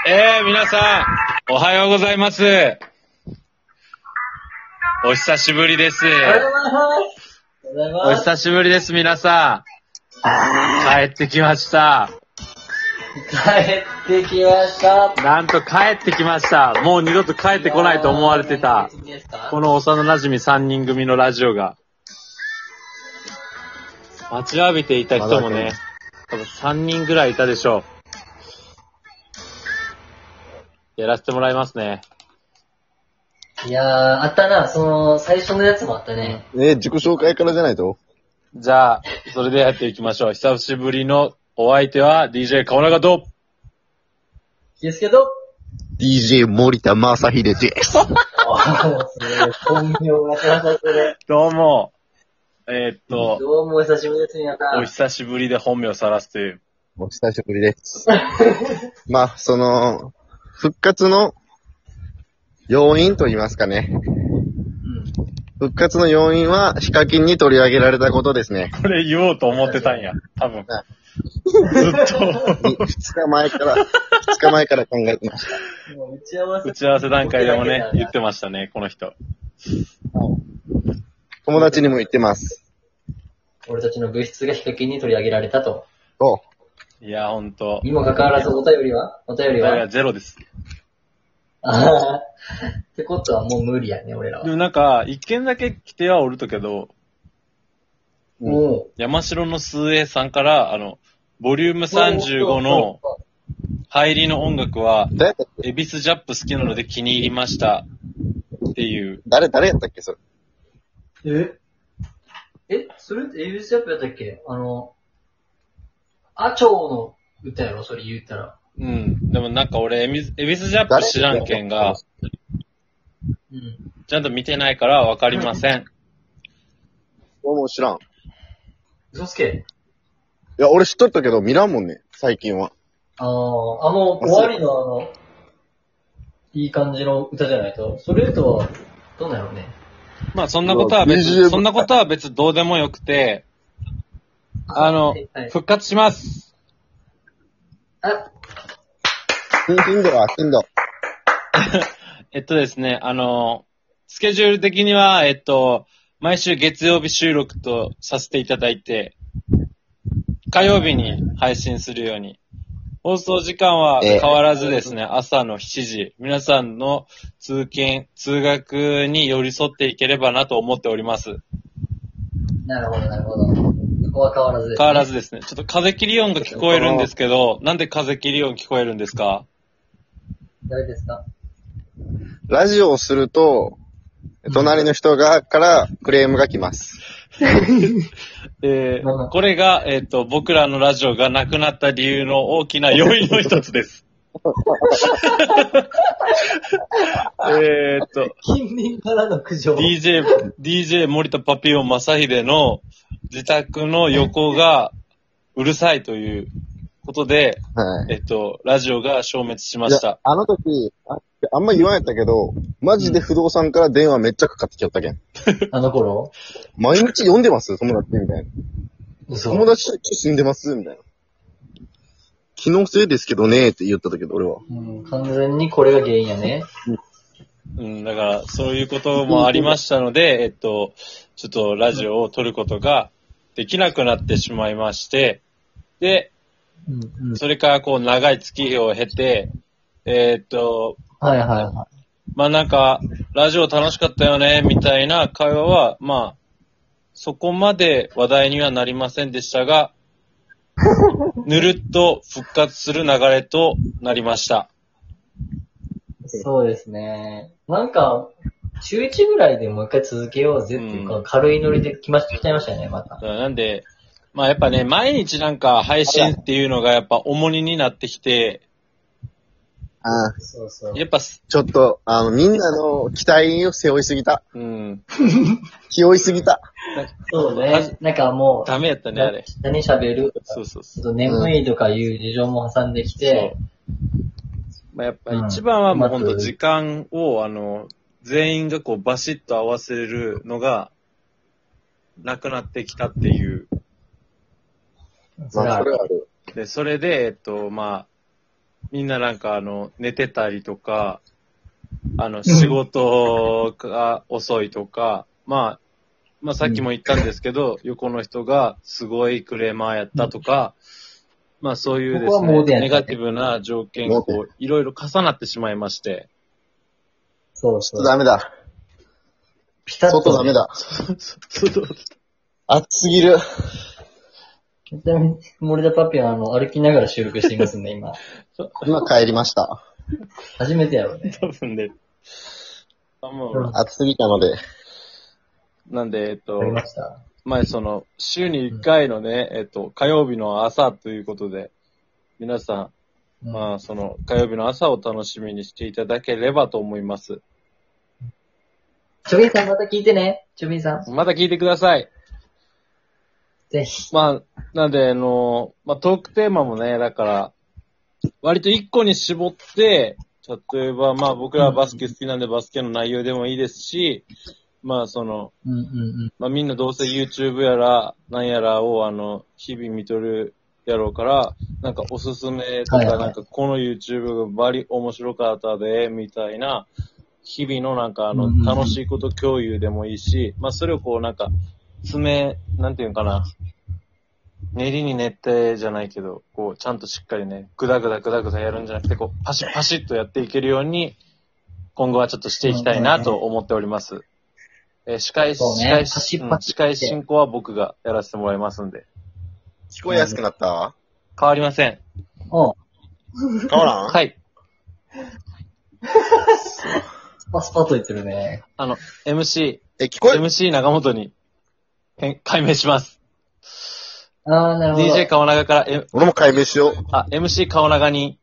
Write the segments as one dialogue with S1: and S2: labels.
S1: 皆さん、おはようございます。お久しぶりです。お久しぶりです、皆さん。帰ってきました。
S2: 帰ってきました。
S1: なんと帰ってきました。もう二度と帰ってこないと思われてた、この幼馴染3人組のラジオが。待ちわびていた人もね、多分3人ぐらいいたでしょう。やらせてもらいますね。
S2: いやー、あったな、最初のやつもあったね。
S3: 自己紹介からじゃないと。
S1: じゃあ、それでやっていきましょう。久しぶりのお相手は DJ 川中と、
S2: ですけど、
S3: DJ 森田正秀です。
S2: すごい、本名がささせる。
S1: どうも。
S2: どうもお久しぶりです、皆さん。
S1: お久しぶりで本名を晒すという。
S3: お久しぶりです。まあ、復活の要因と言いますかね。復活の要因は、ヒカキンに取り上げられたことですね。
S1: これ言おうと思ってたんや。多分。ずっと。
S3: 2日前から考えてました。
S2: もう打ち合
S1: わせ段階でもね、言ってましたね、この人。
S3: 友達にも言ってます。
S2: 俺たちの物質がヒカキンに取り上げられたと。
S1: いや、ほんと。
S2: にもかかわらずお便りは
S1: ゼロです。
S2: ってことはもう無理やね、俺らは。
S1: でもなんか、一件だけ来てはおるとけど、
S2: も
S1: 山城の数英さんから、ボリューム35の入りの音楽は、エビスジャップ好きなので気に入りましたっていう。
S3: 誰やったっけ、それ。
S2: それってエビスジャップやったっけアチョウの歌やろ、それ言ったら。
S1: うん。でもなんか俺、エビスジャップ知らんけんが、ちゃんと見てないからわかりません。
S3: 俺も知らん。
S2: 嘘つけ。
S3: いや、俺知っとったけど見らんもんね、最近は。
S2: 終わりのいい感じの歌じゃないと、それとは、どうなんやろうね。
S1: まあそんなことは別どうでもよくて、復活します。
S3: 頻度。
S1: ですね、スケジュール的には、毎週月曜日収録とさせていただいて、火曜日に配信するように。放送時間は変わらずですね、朝の7時。皆さんの通学に寄り添っていければなと思っております。
S2: なるほど。そこは変わらずですね。
S1: 変わらずですね。ちょっと風切り音が聞こえるんですけど、なんで風切り音聞こえるんですか？
S2: 誰ですか？
S3: ラジオをすると、隣の人からクレームが来ます。
S1: これが、僕らのラジオがなくなった理由の大きな要因の一つです。
S2: 近隣からの苦情。
S1: DJ 森田パピオン正秀の自宅の横がうるさいということで、
S3: はい、
S1: ラジオが消滅しました。
S3: あの時、あんま言わんやったけど、マジで不動産から電話めっちゃかかってきよったけん。
S2: あの頃
S3: 毎日読んでます友達みたいな。友達と住んでますみたいな。気のせいですけどねって言ったけど、俺は。
S2: 完全にこれが原因やね。
S1: だから、そういうこともありましたので、ちょっとラジオを撮ることができなくなってしまいまして、で、それからこう長い月日を経て、まあなんか、ラジオ楽しかったよね、みたいな会話は、まあ、そこまで話題にはなりませんでしたが、ぬるっと復活する流れとなりました。
S2: そうですね。なんか、週1ぐらいでもう一回続けようぜっていうか、軽いノリで来ちゃいましたよね、また。
S1: なんで、まあやっぱね、毎日なんか配信っていうのがやっぱ重荷になってきて、
S2: そう。
S1: やっぱ、
S3: ちょっと、みんなの期待を背負いすぎた。気負いすぎた。
S2: そうね。なんかもう、
S1: ダメやったね、あれ。
S2: 何喋るとか、
S1: そう
S2: 眠いとかいう事情も挟んできて、
S1: まあ、やっぱ一番はもうほんと時間を、全員がこうバシッと合わせるのが、なくなってきたっていう。
S3: まあ、それはある。
S1: で、それで、まあ、 みんななんか寝てたりとか、仕事が遅いとか、まあさっきも言ったんですけど、横の人がすごいクレーマーやったとか、まあそういうで
S2: ここ
S1: すね、
S2: はモーデンやったね
S1: ネガティブな条件がこう、いろいろ重なってしまいまして。
S3: ちょっと
S2: そうそう。
S3: ダメだ。
S2: ピタッと。
S3: 外ダメだ。
S1: そう
S3: 暑すぎる。
S2: ちなみに、森田パピは歩きながら収録していますんで、今。
S3: 今帰りました。
S2: 初めてやろうね。
S1: 多分ね。もう、
S3: 暑すぎたので。
S1: なんで、
S2: わかりました。
S1: 前週に1回のね、火曜日の朝ということで、皆さん、まあ、火曜日の朝を楽しみにしていただければと思います。
S2: ちょびんさんまた聞いてね。ちょびんさん。
S1: また聞いてください。
S2: ぜひ。
S1: まあ、なんで、まあ、トークテーマもね、だから、割と1個に絞って、例えば、まあ僕らはバスケ好きなんでバスケの内容でもいいですし、まあまあみんなどうせ YouTube やら、なんやらを日々見とるやろうから、なんかおすすめとか、
S2: はいはい
S1: なんかこの YouTube がバリ面白かったで、みたいな、日々のなんか楽しいこと共有でもいいし、まあそれをこうなんか、なんていうのかな、練りに練ってじゃないけど、こう、ちゃんとしっかりね、ぐだぐだやるんじゃなくて、こう、パシッとやっていけるように、今後はちょっとしていきたいなと思っております。司会進行は僕がやらせてもらいますんで。
S3: 聞こえやすくなった？
S1: 変わりません。
S3: 変わらん？
S1: はい。
S2: スパスパと言ってるね。
S1: MC、
S3: 聞こえ
S1: MC 長本に、改名します。
S2: なるほど。
S1: DJ 顔長から、
S3: 俺も解明しよう。
S1: MC 顔長に、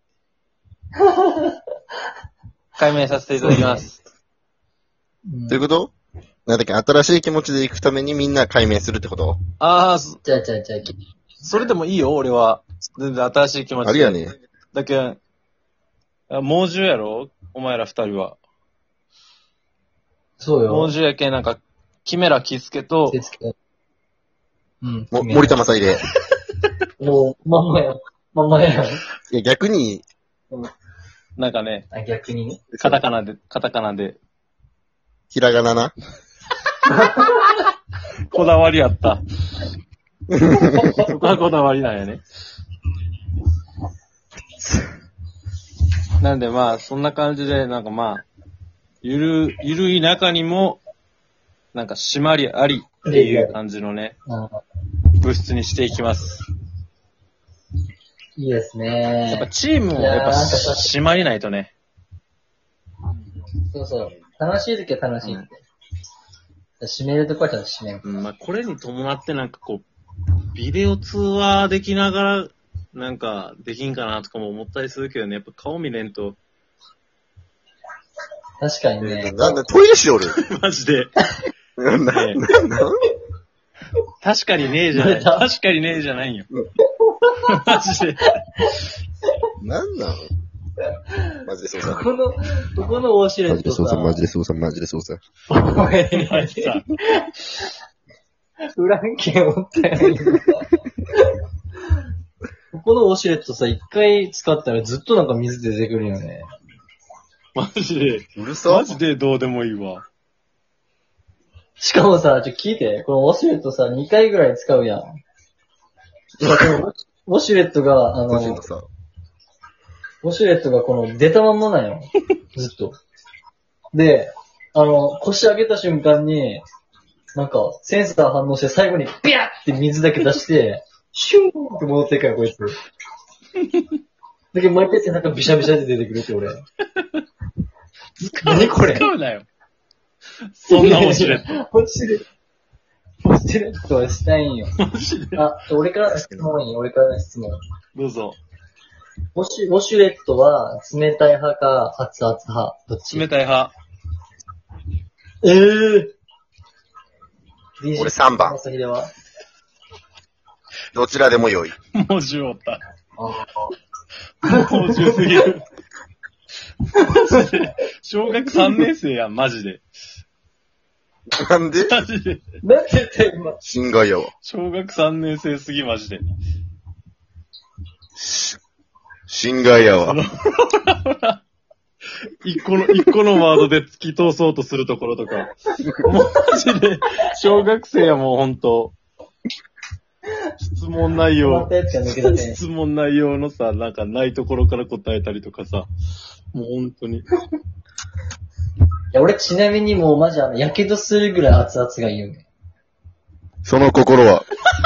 S1: 改名させていただきます。
S3: どういうこと？なんだっけ、新しい気持ちで行くためにみんな解明するってこと？
S2: じゃあ。
S1: それでもいいよ、俺は。全然新しい気持ちで。
S3: あるやね。
S1: だけど、猛獣やろお前ら二人は。
S2: そうよ。
S1: 猛獣やけん、なんか、キメラキスケと、
S3: 森田正秀。
S2: もう、まんまや。
S3: いや、逆に、
S1: なんかね、
S2: 逆にね。
S1: カタカナで、
S3: ひらがなな。
S1: こだわりあった。そこはこだわりなんやね。なんでまあ、そんな感じで、なんかまあ、ゆるい中にも、なんか締まりありっていう感じのね、物質にしていきます。
S2: いいです
S1: やっぱ
S2: ね。
S1: チームもやっぱ締まりないとね。
S2: そうそう。楽しい時は楽しいって。締めるとこはちゃんと締める。
S1: まあこれに伴ってなんかこう、ビデオ通話できながら、なんかできんかなとかも思ったりするけどね、やっぱ顔見れんと。
S2: 確かにね。
S3: なんだ、トイレしおる。
S1: マジで。
S3: なん
S1: 確かにねえじゃない。確かにねえじゃないよ。マジで。
S3: なんなのマジでそうさ。
S2: ここのウォシュレットさ。
S3: マジでそうさ。
S2: お前、フランケンおったやん。ここのウォシュレットさ、一回使ったらずっとなんか水出てくるよね。
S1: マジで。
S3: うるさ。
S1: マジでどうでもいいわ。
S2: しかもさ、聞いて。このウォシュレットさ、2回ぐらい使うやん。ウォシュレットが、ウォシュレットがこの出たまんまなんよ。ずっと。で、腰上げた瞬間に、なんか、センサー反応して最後にビャーって水だけ出して、シューンって戻っていくから、こいつ。だけど毎回背中ビシャビシャで出てくるって俺。何これ
S1: 使うなよ。そんなウォシュレット。
S2: ウォシュレットはしたいんよ。俺からの質問いい？俺からの質問。
S1: どうぞ。
S2: ウォシュレットは冷たい派か熱々派？どっち？
S1: 冷たい派。
S3: 俺3番。どちらでも良い。
S1: もう10おった。もう10すぎる。小学3年生やん、マジで。
S3: なんで？
S1: マジで。
S2: なんて言った今。
S3: 心外やわ。
S1: 小学3年生すぎ、マジで。
S3: 心外やわ。
S1: 一個のワードで突き通そうとするところとか。もうマジで、小学生やもうほんと。質問内容のさ、なんかないところから答えたりとかさ。もうほんとに。
S2: いや、俺ちなみにもうマジやけどするぐらい熱々がいいよね。
S3: その心は。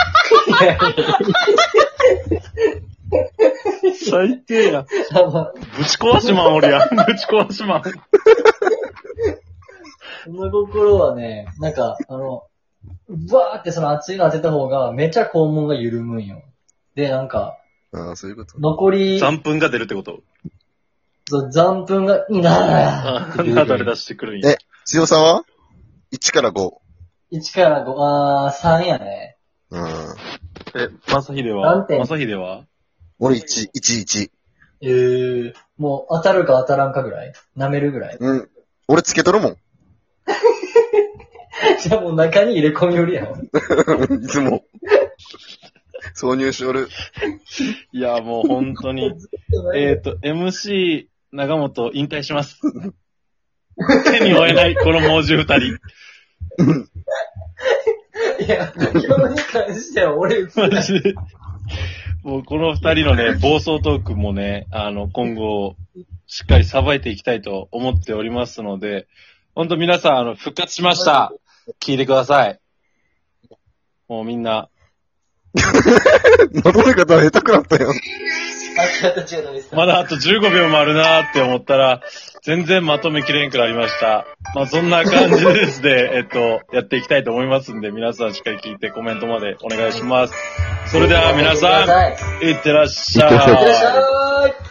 S1: 最低や。ぶち壊しまん俺や。ぶち壊しまん。
S2: その心はね、なんか、バーってその熱いの当てた方が、めちゃ肛門が緩むんよ。で、なんか、
S3: ああ、そういうこと。
S2: 残り、
S1: 残粉が出るってこと
S2: そう、残粉が、
S1: なだれ出してくるんや。
S3: 強さは ?1 から 5。
S2: 1から5、3やね。
S3: うん。
S1: まさひでは
S3: 俺1。
S2: もう当たるか当たらんかぐらい舐めるぐらい
S3: うん。俺つけとるもん。
S2: じゃあもう中に入れ込みよりやん。
S3: いつも。挿入しおる。
S1: いや、もう本当に。MC 長本引退します。手に負えない、この猛獣二人。
S2: いや、今日に関しては俺、
S1: マジで。もうこの二人のね、暴走トークもね、今後、しっかりさばいていきたいと思っておりますので、本当皆さん、復活しました。聞いてください。もうみんな。
S3: まとめ方下手くなったよ。
S1: まだあと15秒もあるなーって思ったら、全然まとめきれんくなりました。まあそんな感じでですね、やっていきたいと思いますんで、皆さんしっかり聞いてコメントまでお願いします。それでは皆さん、いってらっしゃい。
S2: いってらっしゃい。